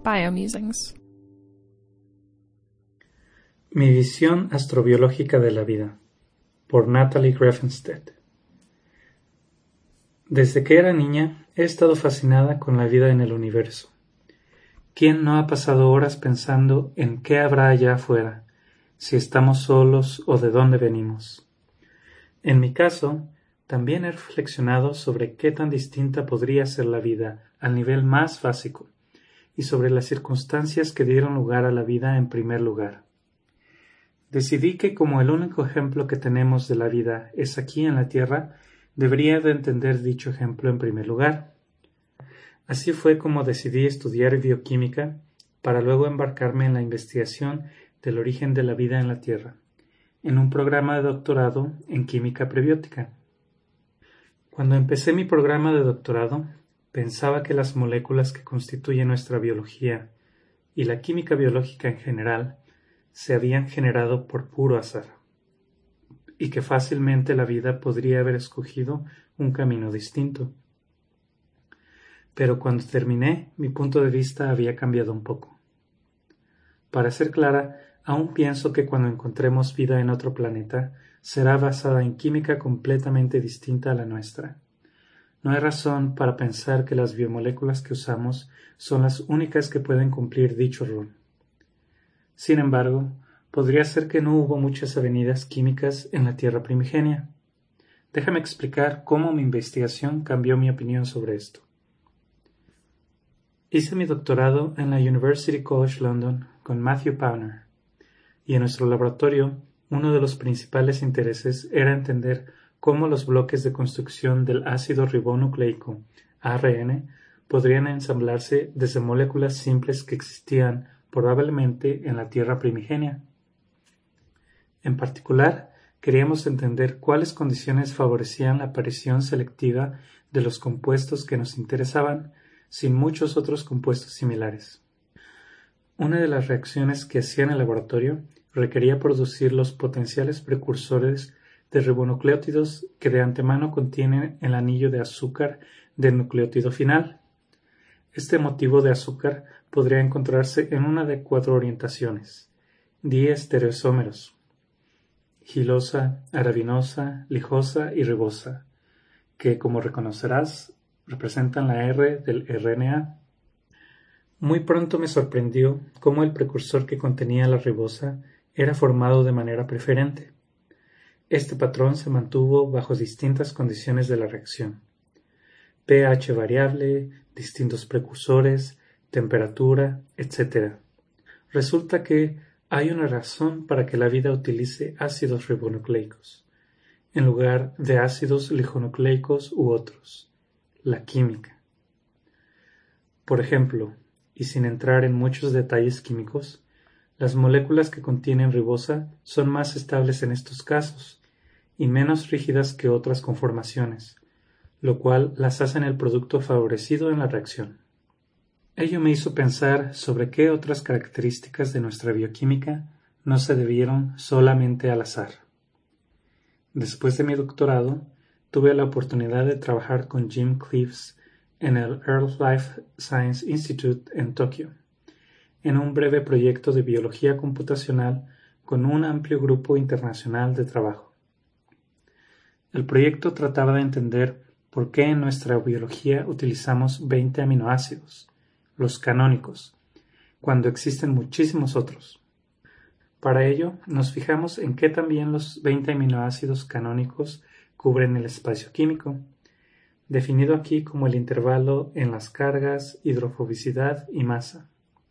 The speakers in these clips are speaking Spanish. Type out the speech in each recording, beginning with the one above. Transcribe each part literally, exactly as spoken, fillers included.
Biomusings. Mi visión astrobiológica de la vida, por Natalie Greffenstedt. Desde que era niña he estado fascinada con la vida en el universo. ¿Quién no ha pasado horas pensando en qué habrá allá afuera, si estamos solos o de dónde venimos? En mi caso, también he reflexionado sobre qué tan distinta podría ser la vida al nivel más básico y sobre las circunstancias que dieron lugar a la vida en primer lugar. Decidí que como el único ejemplo que tenemos de la vida es aquí en la Tierra, debería de entender dicho ejemplo en primer lugar. Así fue como decidí estudiar bioquímica para luego embarcarme en la investigación del origen de la vida en la Tierra, en un programa de doctorado en química prebiótica. Cuando empecé mi programa de doctorado, pensaba que las moléculas que constituyen nuestra biología y la química biológica en general se habían generado por puro azar, y que fácilmente la vida podría haber escogido un camino distinto. Pero cuando terminé, mi punto de vista había cambiado un poco. Para ser clara, aún pienso que cuando encontremos vida en otro planeta, será basada en química completamente distinta a la nuestra. No hay razón para pensar que las biomoléculas que usamos son las únicas que pueden cumplir dicho rol. Sin embargo, podría ser que no hubo muchas avenidas químicas en la Tierra primigenia. Déjame explicar cómo mi investigación cambió mi opinión sobre esto. Hice mi doctorado en la University College London con Matthew Powner, y en nuestro laboratorio uno de los principales intereses era entender cómo los bloques de construcción del ácido ribonucleico, A R N, podrían ensamblarse desde moléculas simples que existían probablemente en la Tierra primigenia. En particular, queríamos entender cuáles condiciones favorecían la aparición selectiva de los compuestos que nos interesaban, sin muchos otros compuestos similares. Una de las reacciones que hacía en el laboratorio requería producir los potenciales precursores de ribonucleótidos que de antemano contienen el anillo de azúcar del nucleótido final. Este motivo de azúcar podría encontrarse en una de cuatro orientaciones: diestereoisómeros: gilosa, arabinosa, lijosa y ribosa, que, como reconocerás, representan la R del R N A. Muy pronto me sorprendió cómo el precursor que contenía la ribosa era formado de manera preferente. Este patrón se mantuvo bajo distintas condiciones de la reacción: pH variable, distintos precursores, temperatura, etcétera. Resulta que hay una razón para que la vida utilice ácidos ribonucleicos, en lugar de ácidos ligonucleicos u otros: la química. Por ejemplo, y sin entrar en muchos detalles químicos, las moléculas que contienen ribosa son más estables en estos casos y menos rígidas que otras conformaciones, lo cual las hace el producto favorecido en la reacción. Ello me hizo pensar sobre qué otras características de nuestra bioquímica no se debieron solamente al azar. Después de mi doctorado, tuve la oportunidad de trabajar con Jim Cleaves en el Earth Life Science Institute en Tokio, en un breve proyecto de biología computacional con un amplio grupo internacional de trabajo. El proyecto trataba de entender por qué en nuestra biología utilizamos veinte aminoácidos, los canónicos, cuando existen muchísimos otros. Para ello, nos fijamos en que también los veinte aminoácidos canónicos cubren el espacio químico, definido aquí como el intervalo en las cargas, hidrofobicidad y masa,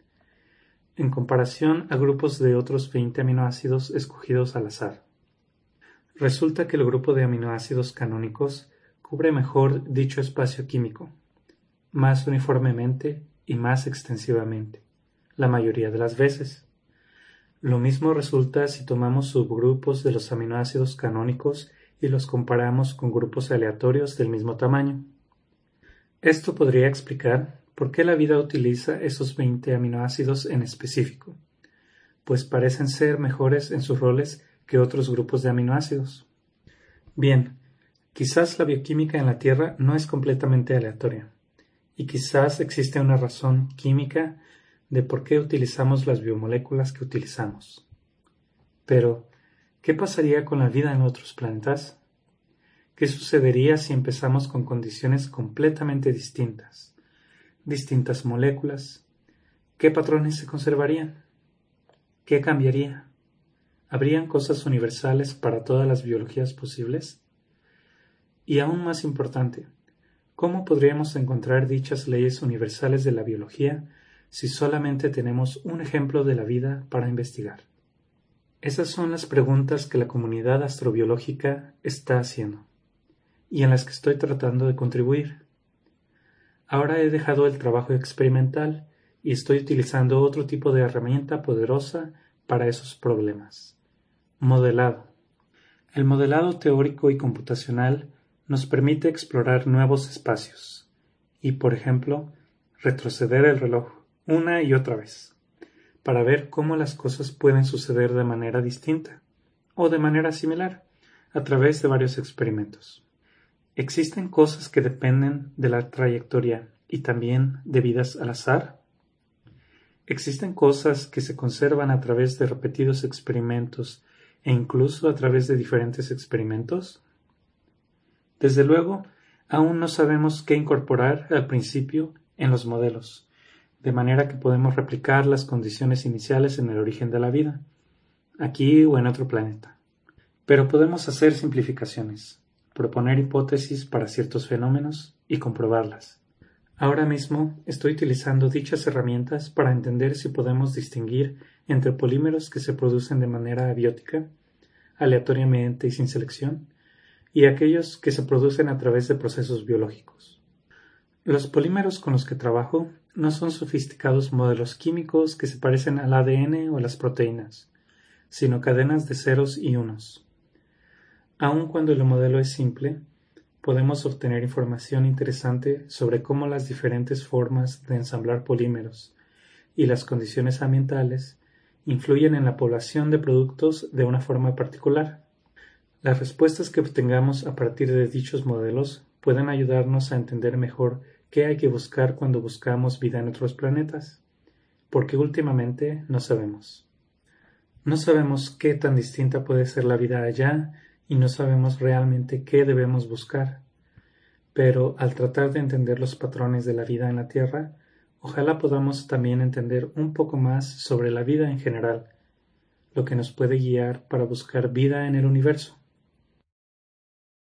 en comparación a grupos de otros veinte aminoácidos escogidos al azar. Resulta que el grupo de aminoácidos canónicos cubre mejor dicho espacio químico, más uniformemente y más extensivamente, la mayoría de las veces. Lo mismo resulta si tomamos subgrupos de los aminoácidos canónicos y los comparamos con grupos aleatorios del mismo tamaño. Esto podría explicar por qué la vida utiliza esos veinte aminoácidos en específico, pues parecen ser mejores en sus roles que otros grupos de aminoácidos. Bien, quizás la bioquímica en la Tierra no es completamente aleatoria, y quizás existe una razón química de por qué utilizamos las biomoléculas que utilizamos. Pero, ¿qué pasaría con la vida en otros planetas? ¿Qué sucedería si empezamos con condiciones completamente distintas? Distintas moléculas. ¿Qué patrones se conservarían? ¿Qué cambiaría? ¿Habrían cosas universales para todas las biologías posibles? Y aún más importante, ¿cómo podríamos encontrar dichas leyes universales de la biología si solamente tenemos un ejemplo de la vida para investigar? Esas son las preguntas que la comunidad astrobiológica está haciendo y en las que estoy tratando de contribuir. Ahora he dejado el trabajo experimental y estoy utilizando otro tipo de herramienta poderosa para esos problemas. Modelado. El modelado teórico y computacional nos permite explorar nuevos espacios y, por ejemplo, retroceder el reloj una y otra vez para ver cómo las cosas pueden suceder de manera distinta o de manera similar a través de varios experimentos. ¿Existen cosas que dependen de la trayectoria y también debidas al azar? ¿Existen cosas que se conservan a través de repetidos experimentos e incluso a través de diferentes experimentos? Desde luego, aún no sabemos qué incorporar al principio en los modelos, de manera que podemos replicar las condiciones iniciales en el origen de la vida, aquí o en otro planeta. Pero podemos hacer simplificaciones, proponer hipótesis para ciertos fenómenos y comprobarlas. Ahora mismo estoy utilizando dichas herramientas para entender si podemos distinguir entre polímeros que se producen de manera abiótica, aleatoriamente y sin selección, y aquellos que se producen a través de procesos biológicos. Los polímeros con los que trabajo no son sofisticados modelos químicos que se parecen al A D N o a las proteínas, sino cadenas de ceros y unos. Aun cuando el modelo es simple, podemos obtener información interesante sobre cómo las diferentes formas de ensamblar polímeros y las condiciones ambientales influyen en la población de productos de una forma particular. Las respuestas que obtengamos a partir de dichos modelos pueden ayudarnos a entender mejor qué hay que buscar cuando buscamos vida en otros planetas, porque últimamente no sabemos. No sabemos qué tan distinta puede ser la vida allá y no sabemos realmente qué debemos buscar. Pero al tratar de entender los patrones de la vida en la Tierra, ojalá podamos también entender un poco más sobre la vida en general, lo que nos puede guiar para buscar vida en el universo.